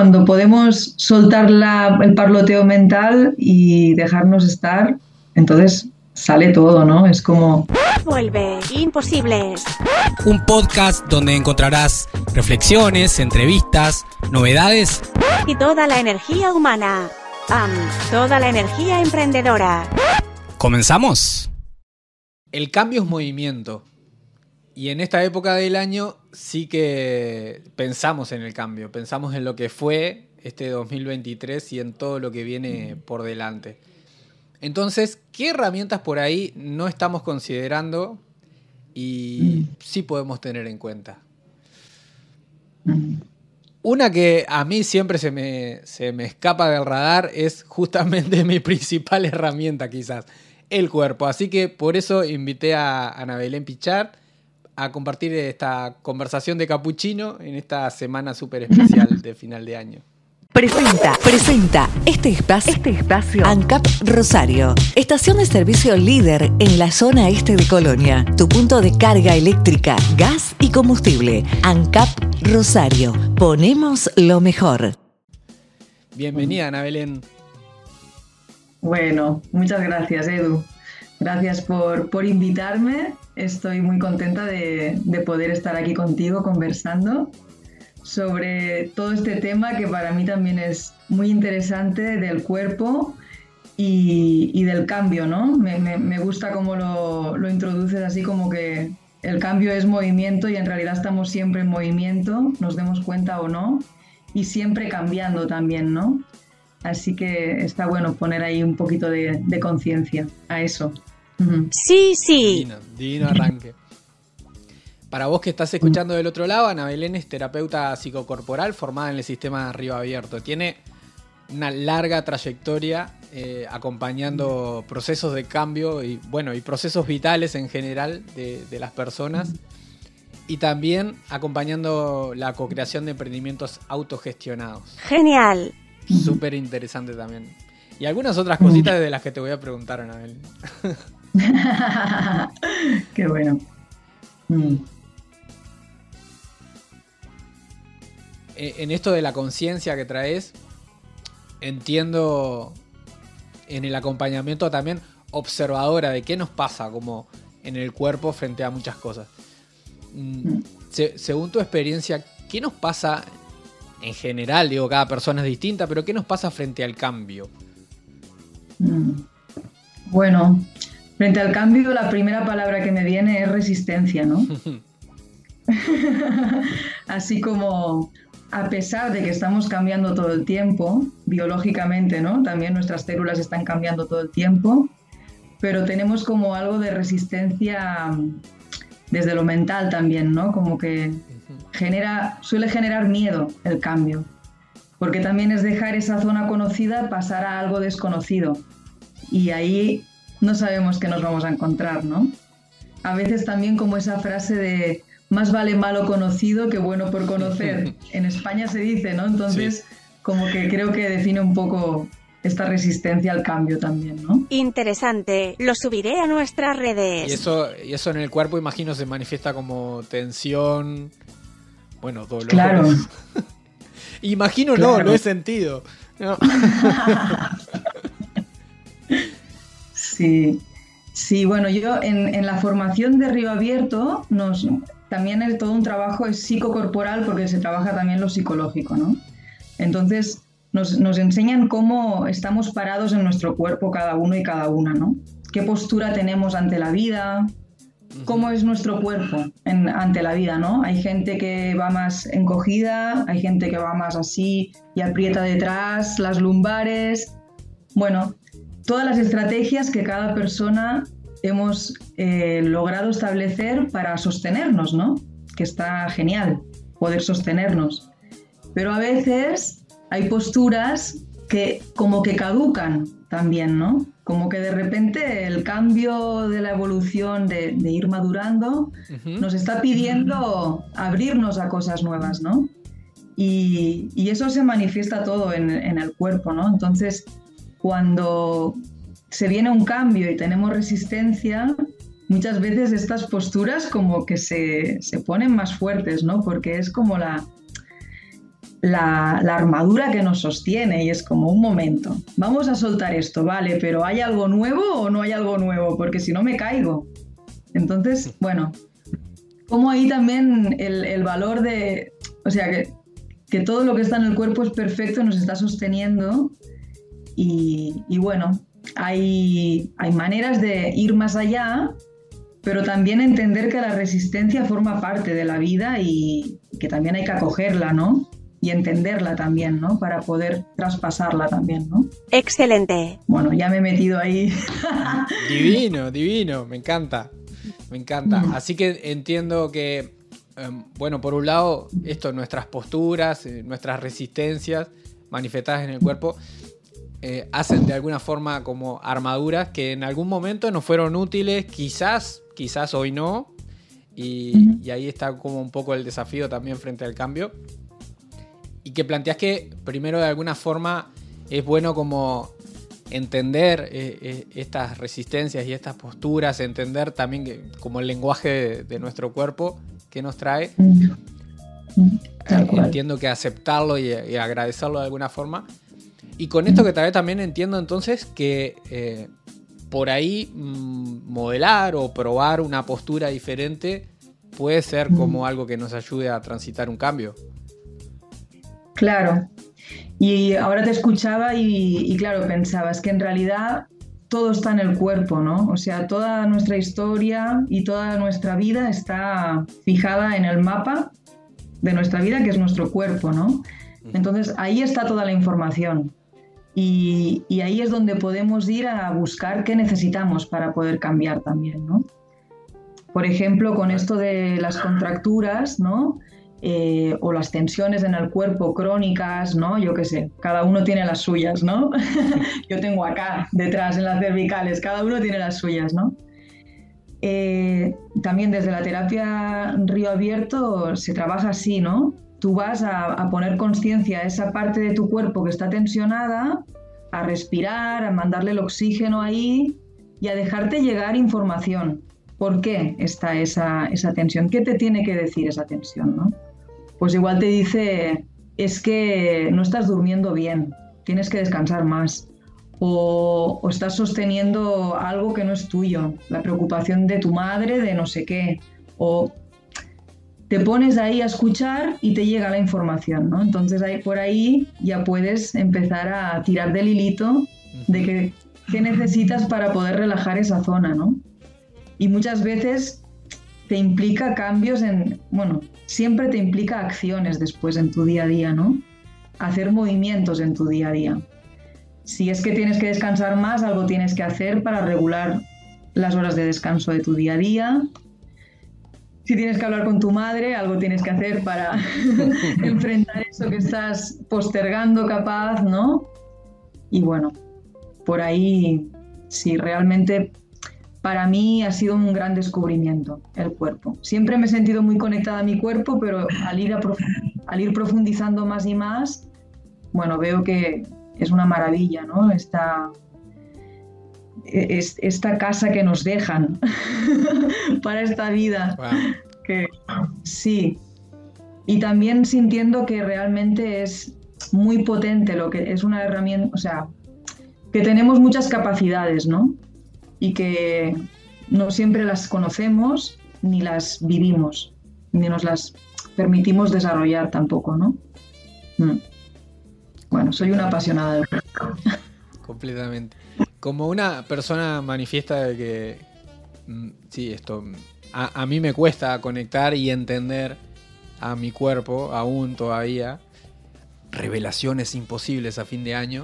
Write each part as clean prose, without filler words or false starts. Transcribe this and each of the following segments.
cuando podemos soltar el parloteo mental y dejarnos estar, entonces sale todo, ¿no? Es como... Vuelve Imposibles. Un podcast donde encontrarás reflexiones, entrevistas, novedades y toda la energía humana. Toda la energía emprendedora. ¿Comenzamos? El cambio es movimiento. Y en esta época del año sí que pensamos en el cambio, pensamos en lo que fue este 2023 y en todo lo que viene por delante. Entonces, ¿qué herramientas por ahí no estamos considerando y sí podemos tener en cuenta? Una que a mí siempre se me escapa del radar es justamente mi principal herramienta quizás, el cuerpo. Así que por eso invité a Ana Belén Pichart a compartir esta conversación de capuchino en esta semana súper especial de final de año. Presenta este espacio ANCAP Rosario, estación de servicio líder en la zona este de Colonia, tu punto de carga eléctrica, gas y combustible. ANCAP Rosario, ponemos lo mejor. Bienvenida, Ana Belén. Bueno, muchas gracias, Edu. Gracias por invitarme. Estoy muy contenta de poder estar aquí contigo conversando sobre todo este tema que para mí también es muy interesante del cuerpo y del cambio, ¿no? Me gusta cómo lo introduces así como que el cambio es movimiento y en realidad estamos siempre en movimiento, nos demos cuenta o no, y siempre cambiando también, ¿no? Así que está bueno poner ahí un poquito de conciencia a eso. Sí. Divino arranque. Para vos que estás escuchando del otro lado, Ana Belén es terapeuta psicocorporal formada en el sistema Río Abierto. Tiene una larga trayectoria acompañando procesos de cambio y procesos vitales en general de las personas y también acompañando la co-creación de emprendimientos autogestionados. Genial. Súper interesante también. Y algunas otras cositas de las que te voy a preguntar, Ana Belén. Qué bueno. En esto de la conciencia que traes, entiendo en el acompañamiento también observadora de qué nos pasa como en el cuerpo frente a muchas cosas. Según tu experiencia, ¿qué nos pasa en general? Digo, cada persona es distinta, pero ¿qué nos pasa frente al cambio? Bueno, frente al cambio, la primera palabra que me viene es resistencia, ¿no? Así como, a pesar de que estamos cambiando todo el tiempo, biológicamente, ¿no? También nuestras células están cambiando todo el tiempo, pero tenemos como algo de resistencia desde lo mental también, ¿no? Como que suele generar miedo el cambio, porque también es dejar esa zona conocida, pasar a algo desconocido, y ahí no sabemos qué nos vamos a encontrar, ¿no? A veces también como esa frase de más vale malo conocido que bueno por conocer. En España se dice, ¿no? Entonces, como que creo que define un poco esta resistencia al cambio también, ¿no? Interesante. Lo subiré a nuestras redes. Y eso en el cuerpo, imagino, se manifiesta como tensión, dolor. Claro. Imagino, claro. No, lo he sentido. No. Sí, bueno, yo en la formación de Río Abierto también todo un trabajo es psicocorporal porque se trabaja también lo psicológico, ¿no? Entonces nos enseñan cómo estamos parados en nuestro cuerpo cada uno y cada una, ¿no? Qué postura tenemos ante la vida, cómo es nuestro cuerpo ante la vida, ¿no? Hay gente que va más encogida, hay gente que va más así y aprieta detrás las lumbares. Bueno, todas las estrategias que cada persona hemos logrado establecer para sostenernos, ¿no? Que está genial poder sostenernos. Pero a veces hay posturas que como que caducan también, ¿no? Como que de repente el cambio de la evolución de ir madurando nos está pidiendo abrirnos a cosas nuevas, ¿no? Y eso se manifiesta todo en el cuerpo, ¿no? Entonces, cuando se viene un cambio y tenemos resistencia, muchas veces estas posturas como que se ponen más fuertes, ¿no? Porque es como la armadura que nos sostiene, y es como un momento, vamos a soltar esto, vale, pero ¿hay algo nuevo o no hay algo nuevo? Porque si no me caigo. Entonces, bueno, como ahí también el valor de, o sea, que todo lo que está en el cuerpo es perfecto, nos está sosteniendo y bueno, hay maneras de ir más allá, pero también entender que la resistencia forma parte de la vida y que también hay que acogerla, ¿no? Y entenderla también, ¿no? Para poder traspasarla también, ¿no? Excelente. Bueno, ya me he metido ahí. Divino, me encanta. Así que entiendo que, bueno, por un lado, nuestras posturas, nuestras resistencias manifestadas en el cuerpo, hacen de alguna forma como armaduras que en algún momento nos fueron útiles, quizás hoy no, y ahí está como un poco el desafío también frente al cambio. Y que planteas que primero de alguna forma es bueno como entender estas resistencias y estas posturas, entender también como el lenguaje de nuestro cuerpo que nos trae. Entiendo que aceptarlo y agradecerlo de alguna forma. Y con esto que tal vez también entiendo entonces que por ahí modelar o probar una postura diferente puede ser como algo que nos ayude a transitar un cambio. Claro. Y ahora te escuchaba y claro, pensaba, es que en realidad todo está en el cuerpo, ¿no? O sea, toda nuestra historia y toda nuestra vida está fijada en el mapa de nuestra vida, que es nuestro cuerpo, ¿no? Entonces, ahí está toda la información. Y ahí es donde podemos ir a buscar qué necesitamos para poder cambiar también, ¿no? Por ejemplo, con esto de las contracturas, ¿no? O las tensiones en el cuerpo crónicas, ¿no? Yo qué sé, cada uno tiene las suyas, ¿no? Yo tengo acá, detrás, en las cervicales, cada uno tiene las suyas, ¿no? También desde la terapia Río Abierto se trabaja así, ¿no? Tú vas a poner conciencia a esa parte de tu cuerpo que está tensionada, a respirar, a mandarle el oxígeno ahí y a dejarte llegar información. ¿Por qué está esa tensión? ¿Qué te tiene que decir esa tensión, no? Pues igual te dice, es que no estás durmiendo bien, tienes que descansar más. O estás sosteniendo algo que no es tuyo, la preocupación de tu madre, de no sé qué. O te pones ahí a escuchar y te llega la información, ¿no? Entonces por ahí ya puedes empezar a tirar del hilito de qué necesitas para poder relajar esa zona, ¿no? Y muchas veces te implica cambios siempre te implica acciones después en tu día a día, ¿no? Hacer movimientos en tu día a día. Si es que tienes que descansar más, algo tienes que hacer para regular las horas de descanso de tu día a día. Si tienes que hablar con tu madre, algo tienes que hacer para enfrentar eso que estás postergando capaz, ¿no? Y bueno, por ahí sí, realmente para mí ha sido un gran descubrimiento el cuerpo. Siempre me he sentido muy conectada a mi cuerpo, pero al ir profundizando más y más, bueno, veo que es una maravilla, ¿no? Esta casa que nos dejan para esta vida. Wow. Que, sí. Y también sintiendo que realmente es muy potente, lo que es una herramienta, o sea, que tenemos muchas capacidades, ¿no? Y que no siempre las conocemos ni las vivimos, ni nos las permitimos desarrollar tampoco, ¿no? Bueno, soy una apasionada del cuerpo. Completamente. Como una persona manifiesta de que sí, esto a mí me cuesta conectar y entender a mi cuerpo aún todavía. Revelaciones imposibles a fin de año.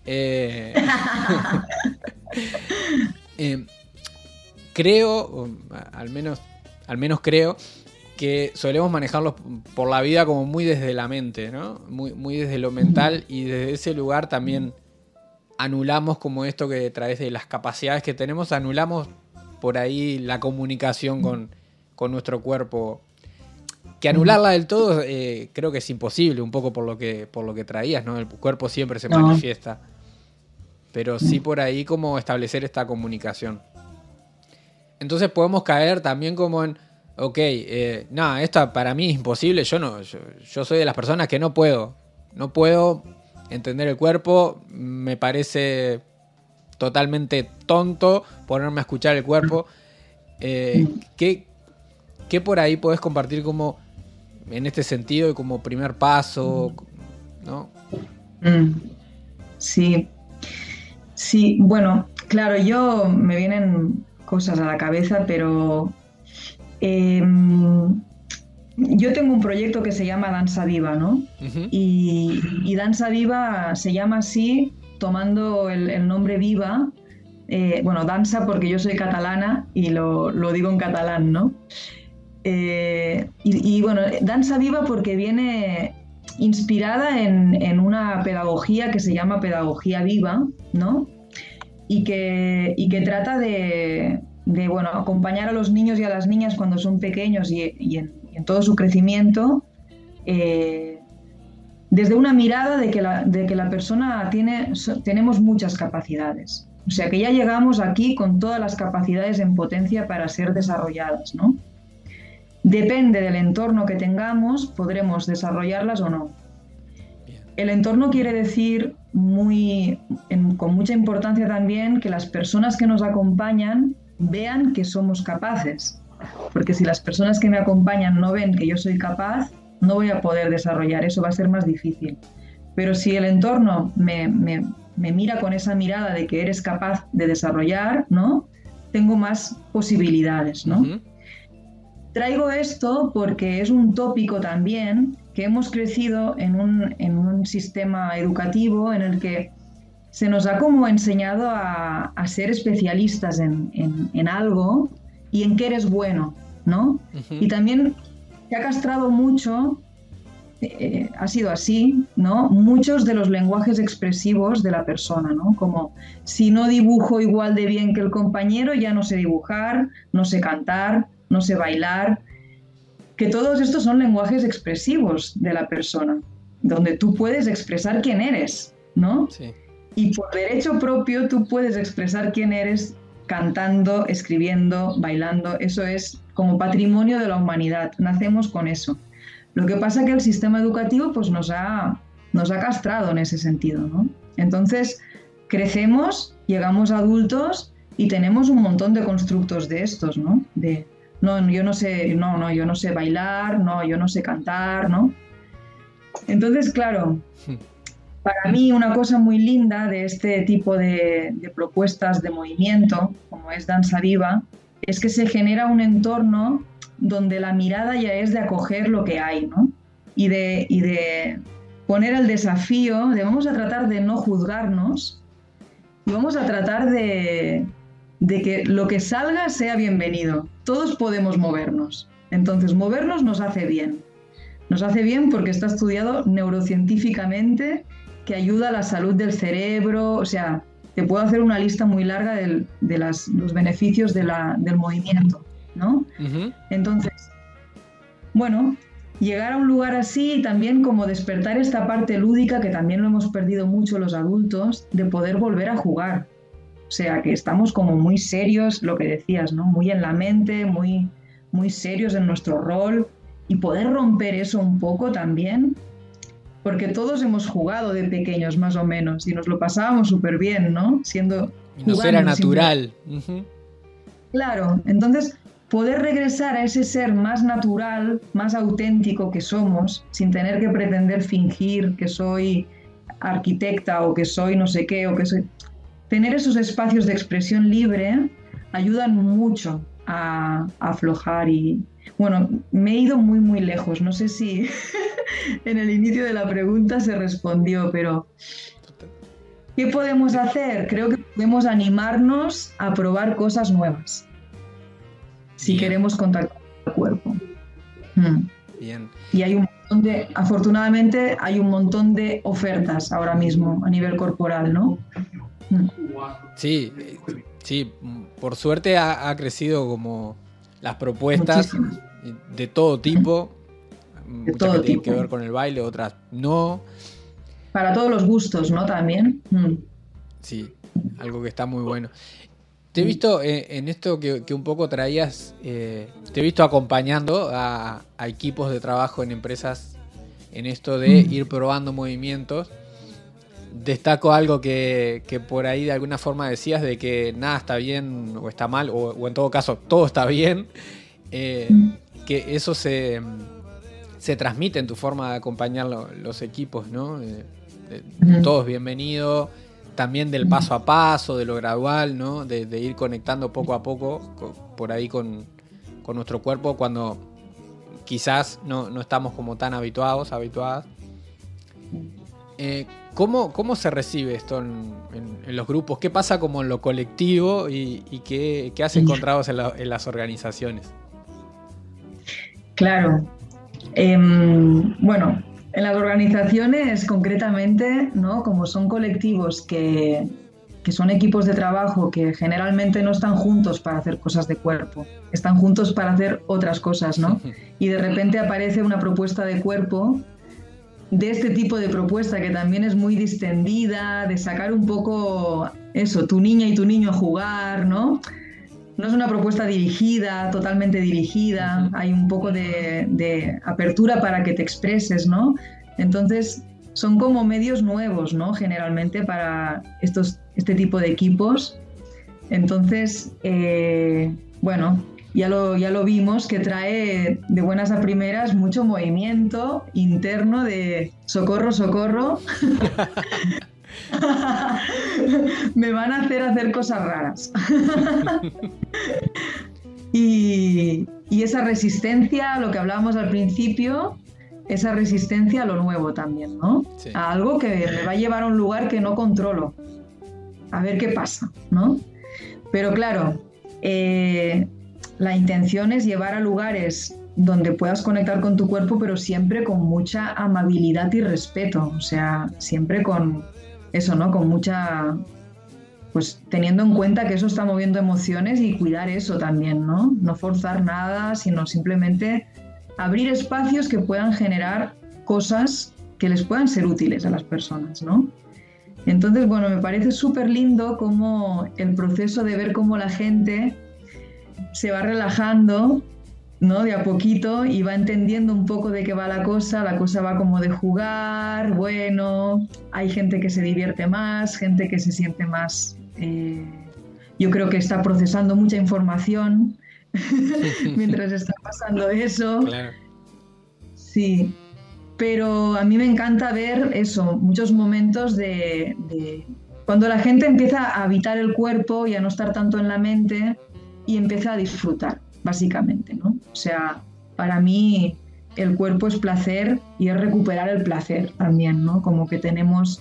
Creo, al menos creo, que solemos manejarlos por la vida como muy desde la mente, ¿no? Muy desde lo mental, y desde ese lugar también anulamos como esto que a través de las capacidades que tenemos, anulamos por ahí la comunicación con nuestro cuerpo. Que anularla del todo creo que es imposible, un poco por lo que traías, ¿no? El cuerpo siempre se manifiesta. Pero sí por ahí como establecer esta comunicación. Entonces podemos caer también como en, esto para mí es imposible, yo soy de las personas que no puedo no puedo entender el cuerpo, me parece totalmente tonto ponerme a escuchar el cuerpo. ¿Qué por ahí podés compartir como en este sentido y como primer paso, ¿no? Sí, bueno, claro, me vienen cosas a la cabeza, pero yo tengo un proyecto que se llama Danza Viva, ¿no? Uh-huh. Y Danza Viva se llama así tomando el nombre Viva. Bueno, danza porque yo soy catalana y lo digo en catalán, ¿no? Y bueno, Danza Viva porque viene inspirada en una pedagogía que se llama Pedagogía Viva, ¿no? Y que trata de bueno, acompañar a los niños y a las niñas cuando son pequeños y en todo su crecimiento, desde una mirada de que la persona tenemos muchas capacidades. O sea, que ya llegamos aquí con todas las capacidades en potencia para ser desarrolladas, ¿no? Depende del entorno que tengamos, podremos desarrollarlas o no. El entorno quiere decir con mucha importancia también que las personas que nos acompañan vean que somos capaces. Porque si las personas que me acompañan no ven que yo soy capaz, no voy a poder desarrollar, eso va a ser más difícil. Pero si el entorno me mira con esa mirada de que eres capaz de desarrollar, ¿no? Tengo más posibilidades, ¿no? Uh-huh. Traigo esto porque es un tópico también que hemos crecido en un sistema educativo en el que se nos ha como enseñado a ser especialistas en algo y en qué eres bueno, ¿no? Uh-huh. Y también se ha castrado mucho, ha sido así, ¿no? Muchos de los lenguajes expresivos de la persona, ¿no? Como si no dibujo igual de bien que el compañero, ya no sé dibujar, no sé cantar, no sé bailar, que todos estos son lenguajes expresivos de la persona, donde tú puedes expresar quién eres, ¿no? Sí. Y por derecho propio tú puedes expresar quién eres cantando, escribiendo, bailando, eso es como patrimonio de la humanidad, nacemos con eso. Lo que pasa es que el sistema educativo pues, nos ha castrado en ese sentido, ¿no? Entonces crecemos, llegamos a adultos y tenemos un montón de constructos de estos, ¿no? Yo no sé bailar, no, yo no sé cantar, ¿no? Entonces, claro, para mí una cosa muy linda de este tipo de propuestas de movimiento, como es Danza Viva, es que se genera un entorno donde la mirada ya es de acoger lo que hay, ¿no? Y de poner el desafío de vamos a tratar de no juzgarnos y vamos a tratar de que lo que salga sea bienvenido. Todos podemos movernos. Entonces, movernos nos hace bien. Nos hace bien porque está estudiado neurocientíficamente que ayuda a la salud del cerebro. O sea, te puedo hacer una lista muy larga de los beneficios del movimiento, ¿no? Uh-huh. Entonces, bueno, llegar a un lugar así y también como despertar esta parte lúdica que también lo hemos perdido mucho los adultos, de poder volver a jugar. O sea, que estamos como muy serios, lo que decías, ¿no? Muy en la mente, muy, muy serios en nuestro rol y poder romper eso un poco también, porque todos hemos jugado de pequeños más o menos y nos lo pasábamos súper bien, ¿no? Y nos era natural. Uh-huh. Claro, entonces poder regresar a ese ser más natural, más auténtico que somos, sin tener que pretender fingir que soy arquitecta o que soy no sé qué o que soy... Tener esos espacios de expresión libre ayudan mucho a aflojar y... Bueno, me he ido muy, muy lejos. No sé si en el inicio de la pregunta se respondió, pero ¿qué podemos hacer? Creo que podemos animarnos a probar cosas nuevas si queremos contactar con el cuerpo. Bien. Y afortunadamente hay un montón de ofertas ahora mismo a nivel corporal, ¿no? Sí, por suerte ha crecido como las propuestas. Muchísimo. De todo tipo, muchas que tienen que ver con el baile, otras no. Para todos los gustos, ¿no? También. Sí, algo que está muy bueno. Te he visto en esto que un poco traías, te he visto acompañando a equipos de trabajo en empresas en esto de ir probando movimientos. Destaco algo que por ahí de alguna forma decías, de que nada está bien o está mal, o en todo caso todo está bien, que eso se transmite en tu forma de acompañar los equipos, ¿no? Todos bienvenidos, también del paso a paso, de lo gradual, ¿no? De ir conectando poco a poco por ahí con nuestro cuerpo cuando quizás no estamos como tan habituadas. ¿Cómo se recibe esto en los grupos? ¿Qué pasa como en lo colectivo y qué has encontrado en las organizaciones? Claro. Bueno, en las organizaciones concretamente, ¿no? Como son colectivos que son equipos de trabajo que generalmente no están juntos para hacer cosas de cuerpo, están juntos para hacer otras cosas, ¿no? Y de repente aparece una propuesta de cuerpo, de este tipo de propuesta que también es muy distendida, de sacar un poco eso, tu niña y tu niño a jugar, ¿no? No es una propuesta dirigida, totalmente dirigida, hay un poco de apertura para que te expreses, ¿no? Entonces, son como medios nuevos, ¿no? Generalmente para este tipo de equipos. Entonces, bueno, ya lo vimos que trae de buenas a primeras mucho movimiento interno de socorro, socorro. Me van a hacer cosas raras. y esa resistencia, lo que hablábamos al principio, esa resistencia a lo nuevo también, ¿no? Sí. A algo que me va a llevar a un lugar que no controlo. A ver qué pasa, ¿no? Pero claro, la intención es llevar a lugares donde puedas conectar con tu cuerpo, pero siempre con mucha amabilidad y respeto. O sea, siempre con eso, ¿no? Con mucha... Pues teniendo en cuenta que eso está moviendo emociones y cuidar eso también, ¿no? No forzar nada, sino simplemente abrir espacios que puedan generar cosas que les puedan ser útiles a las personas, ¿no? Entonces, bueno, me parece súper lindo cómo el proceso de ver cómo la gente se va relajando, ¿no? De a poquito y va entendiendo un poco de qué va la cosa va como de jugar, bueno, hay gente que se divierte más, gente que se siente más, yo creo que está procesando mucha información mientras está pasando eso. Claro. Sí, pero a mí me encanta ver eso, muchos momentos de cuando la gente empieza a habitar el cuerpo y a no estar tanto en la mente y empieza a disfrutar, básicamente, ¿no? O sea, para mí el cuerpo es placer y es recuperar el placer también, ¿no? Como que tenemos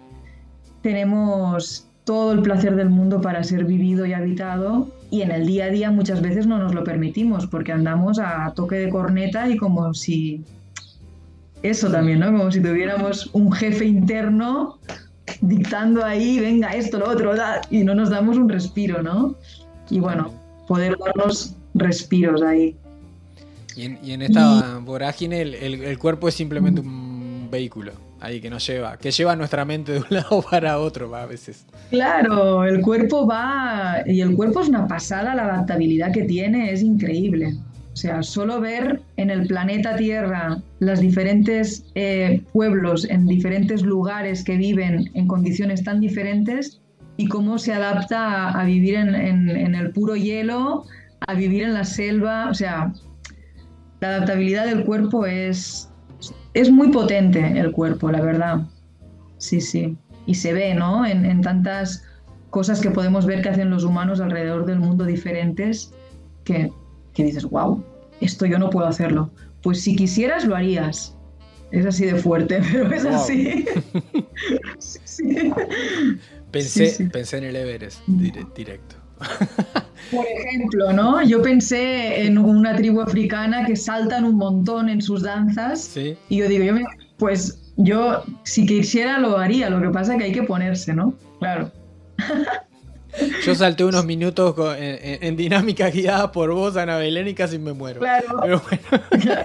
todo el placer del mundo para ser vivido y habitado, y en el día a día muchas veces no nos lo permitimos porque andamos a toque de corneta y como si... Eso también, ¿no? Como si tuviéramos un jefe interno dictando ahí, venga, esto, lo otro, y no nos damos un respiro, ¿no? Y bueno, poder darnos respiros ahí. Y en esta vorágine el cuerpo es simplemente un vehículo ahí que lleva nuestra mente de un lado para otro a veces. Claro, el cuerpo va, y el cuerpo es una pasada, la adaptabilidad que tiene es increíble. O sea, solo ver en el planeta Tierra los diferentes pueblos en diferentes lugares que viven en condiciones tan diferentes y cómo se adapta a vivir en el puro hielo, a vivir en la selva. O sea, la adaptabilidad del cuerpo es muy potente, el cuerpo, la verdad. Sí, sí. Y se ve, ¿no? En tantas cosas que podemos ver que hacen los humanos alrededor del mundo diferentes que dices, wow, esto yo no puedo hacerlo. Pues si quisieras lo harías. Es así de fuerte, pero es así. Sí. Pensé en el Everest directo. Por ejemplo, ¿no? Yo pensé en una tribu africana que saltan un montón en sus danzas. ¿Sí? Y yo digo, yo si quisiera lo haría, lo que pasa es que hay que ponerse, ¿no? Claro. Yo salté unos minutos en dinámica guiada por vos, Ana Belén, y casi me muero. Claro. Pero bueno.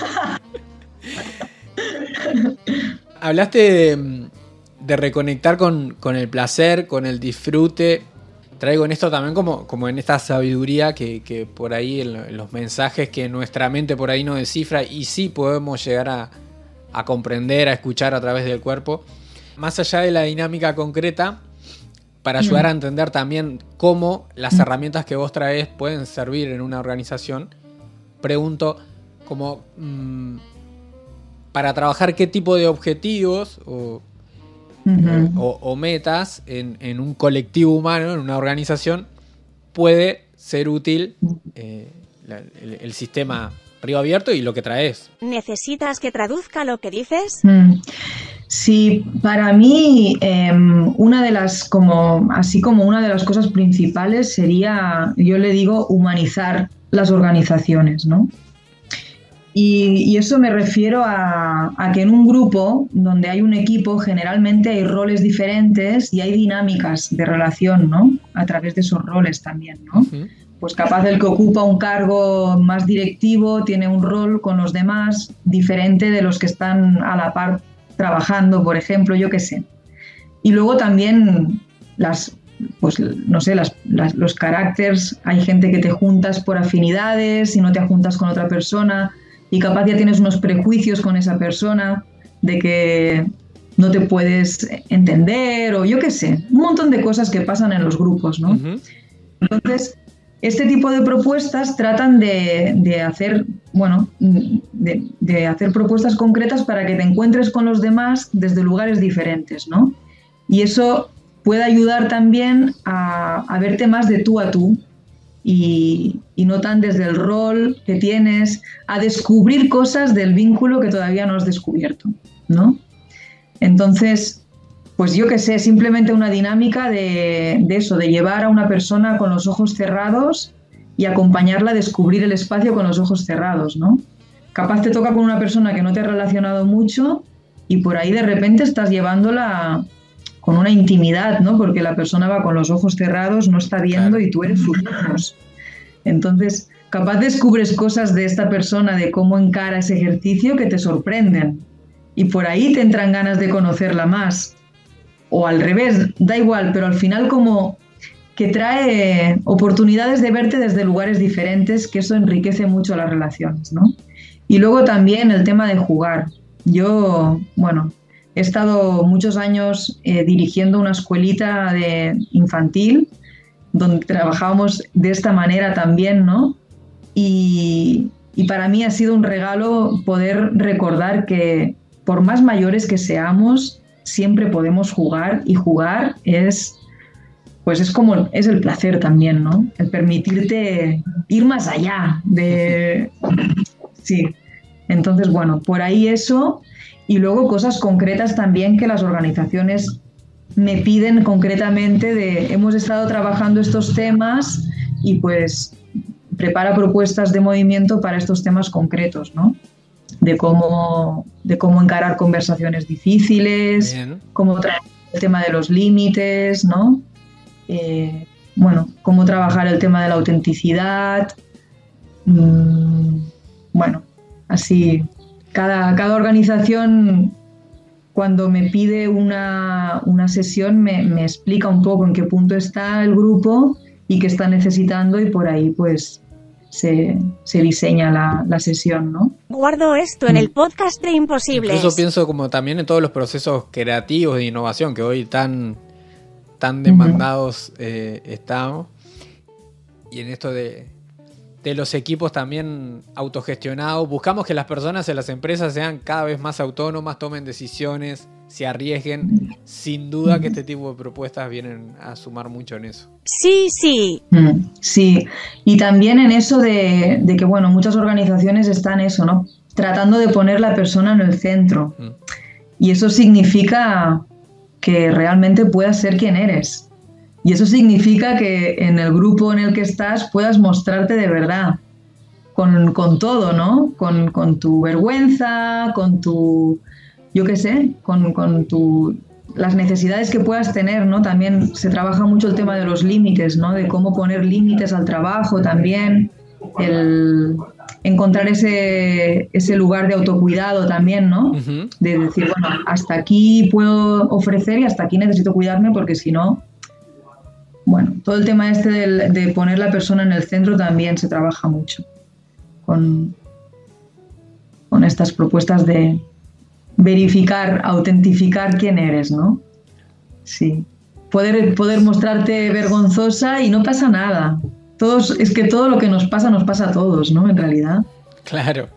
Hablaste de reconectar con el placer, con el disfrute. Traigo en esto también como en esta sabiduría que por ahí en los mensajes que nuestra mente por ahí no descifra y sí podemos llegar a a comprender, a escuchar a través del cuerpo. Más allá de la dinámica concreta, para ayudar a entender también cómo las herramientas que vos traes pueden servir en una organización, pregunto como para trabajar qué tipo de objetivos o metas en un colectivo humano, en una organización, puede ser útil el sistema Río Abierto y lo que traes. ¿Necesitas que traduzca lo que dices? Sí, para mí una de las una de las cosas principales sería, yo le digo, humanizar las organizaciones, ¿no? Y eso me refiero a que en un grupo donde hay un equipo generalmente hay roles diferentes y hay dinámicas de relación, ¿no? A través de esos roles también, ¿no? Pues capaz el que ocupa un cargo más directivo tiene un rol con los demás diferente de los que están a la par trabajando, por ejemplo, yo qué sé. Y luego también los caracteres, hay gente que te juntas por afinidades y no te juntas con otra persona y capaz ya tienes unos prejuicios con esa persona de que no te puedes entender o yo qué sé, un montón de cosas que pasan en los grupos, ¿no? Entonces, este tipo de propuestas tratan de hacer propuestas concretas para que te encuentres con los demás desde lugares diferentes, ¿no? Y eso puede ayudar también a verte más de tú a tú y no tan desde el rol que tienes, a descubrir cosas del vínculo que todavía no has descubierto, ¿no? Entonces, pues yo qué sé, simplemente una dinámica de eso, de llevar a una persona con los ojos cerrados y acompañarla a descubrir el espacio con los ojos cerrados, ¿no? Capaz te toca con una persona que no te ha relacionado mucho y por ahí de repente estás llevándola con una intimidad, ¿no? Porque la persona va con los ojos cerrados, no está viendo y tú eres sus ojos. Entonces, capaz descubres cosas de esta persona, de cómo encara ese ejercicio que te sorprenden y por ahí te entran ganas de conocerla más. O al revés, da igual, pero al final como que trae oportunidades de verte desde lugares diferentes, que eso enriquece mucho las relaciones, ¿no? Y luego también el tema de jugar. Yo, he estado muchos años dirigiendo una escuelita de infantil donde trabajábamos de esta manera también, ¿no? Y para mí ha sido un regalo poder recordar que por más mayores que seamos, siempre podemos jugar y jugar es el placer también, ¿no? El permitirte ir más allá de... Sí. Entonces, por ahí eso y luego cosas concretas también que las organizaciones me piden concretamente hemos estado trabajando estos temas y pues prepara propuestas de movimiento para estos temas concretos, ¿no? De cómo encarar conversaciones difíciles, cómo traer el tema de los límites, ¿no? Cómo trabajar el tema de la autenticidad. Así, cada organización cuando me pide una sesión me explica un poco en qué punto está el grupo y qué está necesitando y por ahí pues se diseña la sesión, ¿no? Guardo esto en el podcast de Imposibles. Incluso pienso como también en todos los procesos creativos de innovación que hoy tan demandados estamos. Y en esto de los equipos también autogestionados. Buscamos que las personas en las empresas sean cada vez más autónomas, tomen decisiones, se arriesguen. Sin duda que este tipo de propuestas vienen a sumar mucho en eso. Sí. Sí, y también en eso de que, muchas organizaciones están eso, ¿no? Tratando de poner la persona en el centro. Y eso significa que realmente puedas ser quien eres. Y eso significa que en el grupo en el que estás puedas mostrarte de verdad, con todo, ¿no? Con tu vergüenza, con tu, yo qué sé, las necesidades que puedas tener, ¿no? También se trabaja mucho el tema de los límites, ¿no? De cómo poner límites al trabajo también, el encontrar ese lugar de autocuidado también, ¿no? De decir, hasta aquí puedo ofrecer y hasta aquí necesito cuidarme porque si no... todo el tema de poner la persona en el centro también se trabaja mucho con estas propuestas de verificar, autentificar quién eres, ¿no? Sí. Poder mostrarte vergonzosa y no pasa nada. Es que todo lo que nos pasa a todos, ¿no? En realidad. Claro.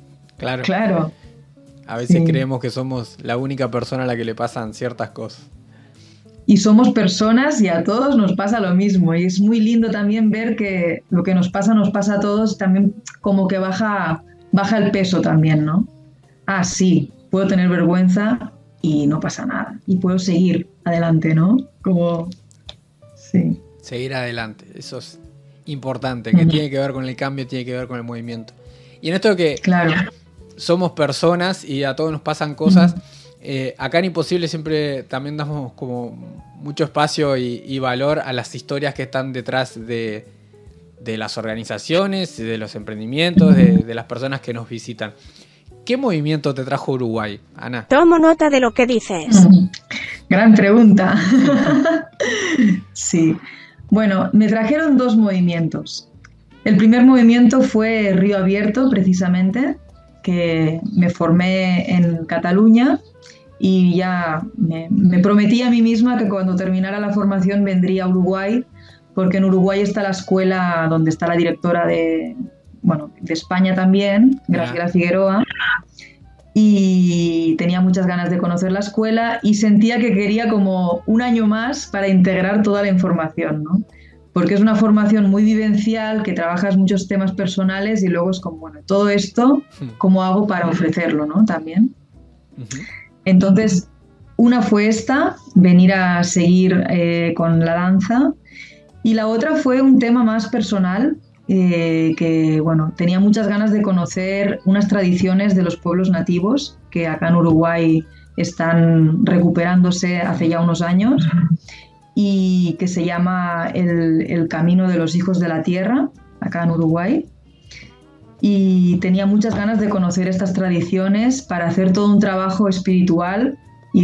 A veces creemos que somos la única persona a la que le pasan ciertas cosas. Y somos personas y a todos nos pasa lo mismo. Y es muy lindo también ver que lo que nos pasa a todos, también como que baja el peso también, ¿no? Ah, sí, puedo tener vergüenza y no pasa nada. Y puedo seguir adelante, ¿no? Sí. Seguir adelante, eso es importante, que tiene que ver con el cambio, tiene que ver con el movimiento. Y en esto de que somos personas y a todos nos pasan cosas, acá en Imposible siempre también damos como mucho espacio y valor a las historias que están detrás de las organizaciones, de los emprendimientos, de las personas que nos visitan. ¿Qué movimiento te trajo Uruguay, Ana? Tomo nota de lo que dices. Gran pregunta. Sí. Bueno, me trajeron 2 movimientos. El primer movimiento fue Río Abierto, precisamente, que me formé en Cataluña y ya me prometí a mí misma que cuando terminara la formación vendría a Uruguay, porque en Uruguay está la escuela donde está la directora de España también, Graciela Figueroa, y tenía muchas ganas de conocer la escuela y sentía que quería como un año más para integrar toda la información, ¿no? Porque es una formación muy vivencial, que trabajas muchos temas personales y luego es como, bueno, todo esto, ¿cómo hago para ofrecerlo, ¿no? También. Entonces, una fue esta, venir a seguir con la danza, y la otra fue un tema más personal, que bueno, tenía muchas ganas de conocer unas tradiciones de los pueblos nativos que acá en Uruguay están recuperándose hace ya unos años y que se llama el Camino de los Hijos de la Tierra, acá en Uruguay. Y tenía muchas ganas de conocer estas tradiciones para hacer todo un trabajo espiritual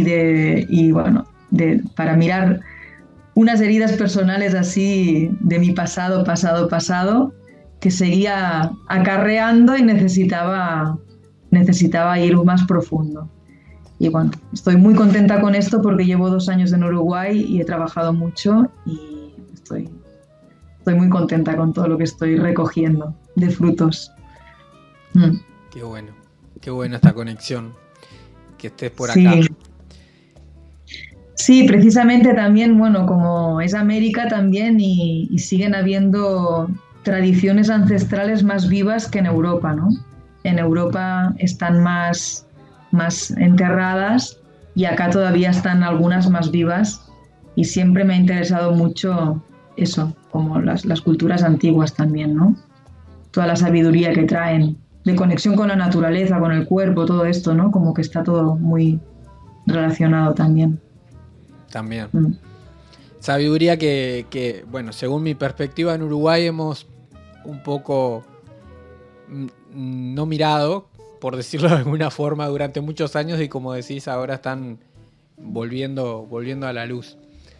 para mirar unas heridas personales así de mi pasado, que seguía acarreando y necesitaba ir más profundo. Y bueno, estoy muy contenta con esto porque llevo 2 años en Uruguay y he trabajado mucho y estoy muy contenta con todo lo que estoy recogiendo de frutos. Qué bueno esta conexión, que estés por acá. Sí, precisamente también, bueno, como es América también y siguen habiendo tradiciones ancestrales más vivas que en Europa, ¿no? En Europa están más enterradas y acá todavía están algunas más vivas y siempre me ha interesado mucho eso, como las culturas antiguas también, ¿no? Toda la sabiduría que traen, de conexión con la naturaleza, con el cuerpo, todo esto, ¿no? Como que está todo muy relacionado también. Sabiduría que, bueno, según mi perspectiva en Uruguay hemos un poco no mirado, por decirlo de alguna forma, durante muchos años y como decís, ahora están volviendo a la luz.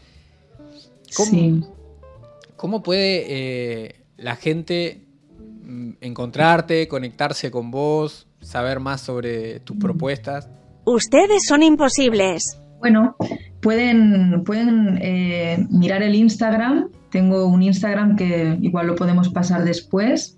¿Cómo puede la gente encontrarte, conectarse con vos, saber más sobre tus propuestas? Ustedes son imposibles. Bueno, pueden mirar el Instagram. Tengo un Instagram que igual lo podemos pasar después.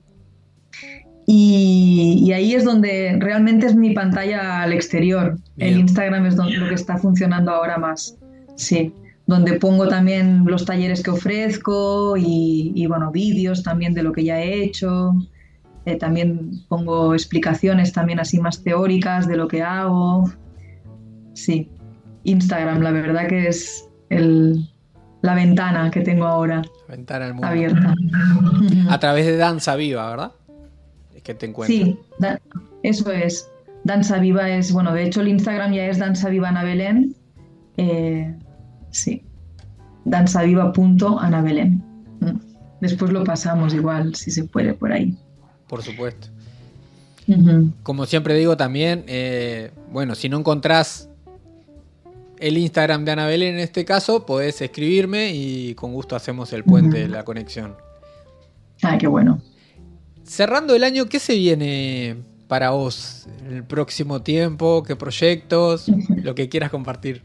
Y ahí es donde realmente es mi pantalla al exterior. Bien. El Instagram es lo que está funcionando ahora más. Sí, donde pongo también los talleres que ofrezco y bueno, vídeos también de lo que ya he hecho. También pongo explicaciones también así más teóricas de lo que hago. Sí, Instagram, la verdad que es la ventana que tengo ahora. La ventana al mundo. Abierta. A través de Danza Viva, ¿verdad? Es que te encuentro. Sí, eso es. Danza Viva es, bueno, de hecho el Instagram ya es Danza Viva Ana Belén. Sí, danzaviva.anabelén. Después lo pasamos igual, si se puede, por ahí. Por supuesto. Como siempre digo también, bueno, si no encontrás el Instagram de Ana Belén en este caso, podés escribirme y con gusto hacemos el puente, la conexión. Ah, qué bueno. Cerrando el año, ¿qué se viene para vos el próximo tiempo? ¿Qué proyectos? Lo que quieras compartir.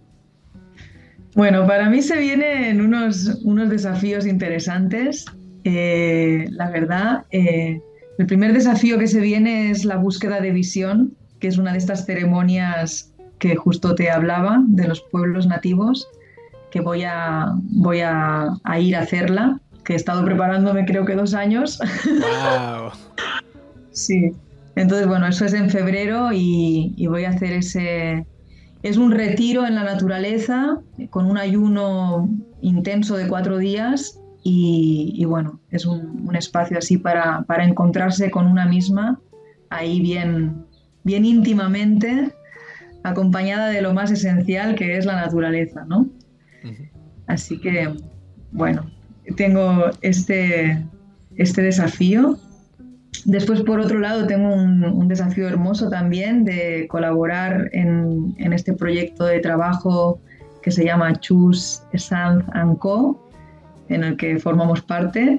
Bueno, para mí se vienen unos desafíos interesantes. La verdad, el primer desafío que se viene es la búsqueda de visión, que es una de estas ceremonias que justo te hablaba, de los pueblos nativos, que voy a ir a hacerla, que he estado preparándome creo que 2 años. ¡Wow! Sí, entonces bueno, eso es en febrero y voy a hacer ese... Es un retiro en la naturaleza con un ayuno intenso de 4 días y bueno, es un espacio así para encontrarse con una misma, ahí bien íntimamente, acompañada de lo más esencial que es la naturaleza, ¿no? Uh-huh. Así que, bueno, tengo este desafío. Después, por otro lado, tengo un desafío hermoso también de colaborar en este proyecto de trabajo que se llama Choose Sanz & Co., en el que formamos parte,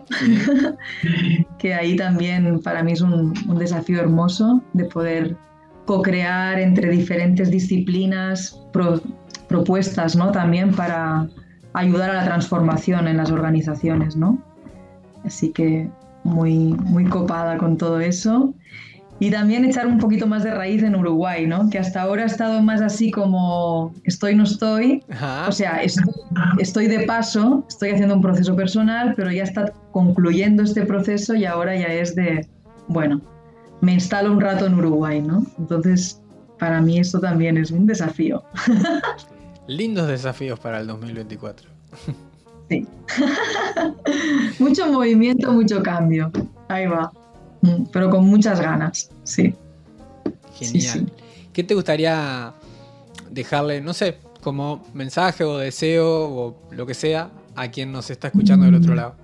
que ahí también para mí es un desafío hermoso de poder co-crear entre diferentes disciplinas propuestas, ¿no? También para ayudar a la transformación en las organizaciones, ¿no? Así que muy copada con todo eso. Y también echar un poquito más de raíz en Uruguay, ¿no? Que hasta ahora he estado más así como estoy, no estoy. Ajá. O sea, estoy de paso, estoy haciendo un proceso personal, pero ya está concluyendo este proceso y ahora ya es de, bueno, me instalo un rato en Uruguay, ¿no? Entonces, para mí esto también es un desafío. Lindos desafíos para el 2024. Sí. Mucho movimiento, mucho cambio. Ahí va. Pero con muchas ganas, sí. Genial. Sí. ¿Qué te gustaría dejarle, no sé, como mensaje o deseo o lo que sea a quien nos está escuchando del otro lado?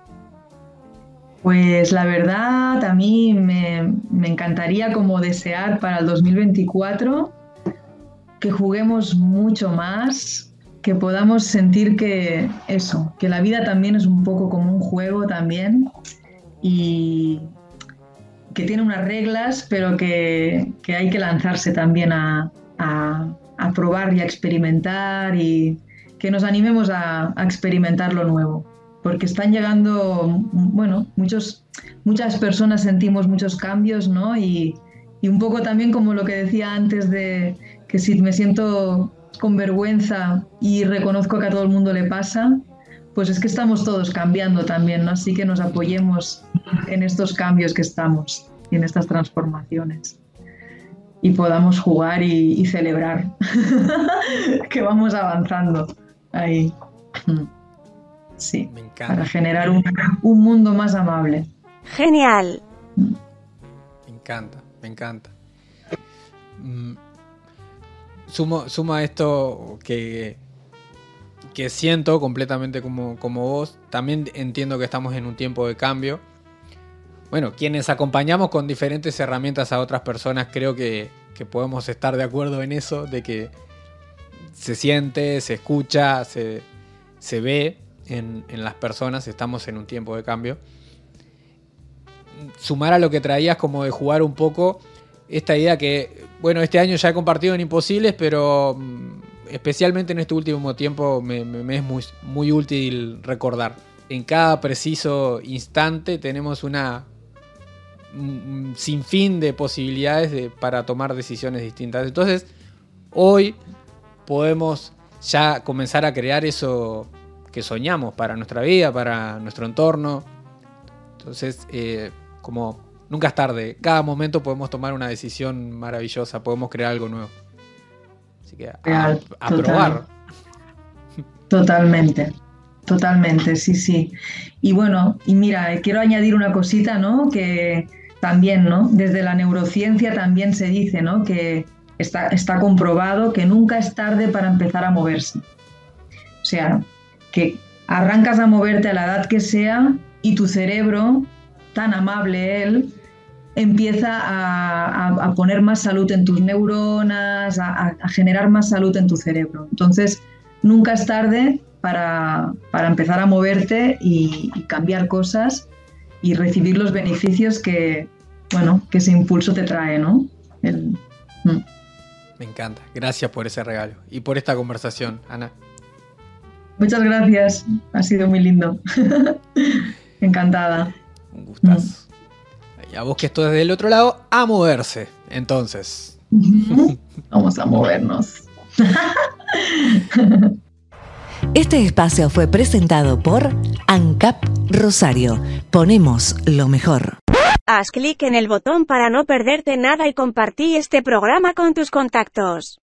Pues la verdad, a mí me encantaría como desear para el 2024 que juguemos mucho más, que podamos sentir que la vida también es un poco como un juego también y que tiene unas reglas, pero que hay que lanzarse también a probar y a experimentar y que nos animemos a experimentar lo nuevo. Porque están llegando, bueno, muchas personas sentimos muchos cambios, ¿no? Y un poco también como lo que decía antes de que si me siento con vergüenza y reconozco que a todo el mundo le pasa, pues es que estamos todos cambiando también, ¿no? Así que nos apoyemos en estos cambios que estamos y en estas transformaciones y podamos jugar y celebrar que vamos avanzando ahí. Sí, me encanta. Para generar un mundo más amable. Genial. Me encanta. Suma esto que siento completamente como vos. También entiendo que estamos en un tiempo de cambio. Bueno, quienes acompañamos con diferentes herramientas a otras personas, creo que podemos estar de acuerdo en eso, de que se siente, se escucha, se ve en las personas. Estamos en un tiempo de cambio. Sumar a lo que traías como de jugar un poco esta idea que, bueno, este año ya he compartido en Imposibles, pero especialmente en este último tiempo me es muy útil recordar. En cada preciso instante tenemos un sinfín de posibilidades para tomar decisiones distintas. Entonces, hoy podemos ya comenzar a crear eso que soñamos para nuestra vida, para nuestro entorno. Entonces, como nunca es tarde, cada momento podemos tomar una decisión maravillosa, podemos crear algo nuevo. Así que a probar. Totalmente, sí. Y bueno, y mira, quiero añadir una cosita, ¿no? Que también, ¿no? Desde la neurociencia también se dice, ¿no? Que está comprobado que nunca es tarde para empezar a moverse. O sea, que arrancas a moverte a la edad que sea y tu cerebro, tan amable él, empieza a poner más salud en tus neuronas, a generar más salud en tu cerebro. Entonces, nunca es tarde para empezar a moverte y cambiar cosas y recibir los beneficios que bueno, que ese impulso te trae, ¿no? Me encanta. Gracias por ese regalo y por esta conversación, Ana. Muchas gracias. Ha sido muy lindo. Encantada. Un gustazo. Y a vos que estás del otro lado, a moverse, entonces. Vamos a movernos. Este espacio fue presentado por ANCAP Rosario. Ponemos lo mejor. Haz clic en el botón para no perderte nada y compartí este programa con tus contactos.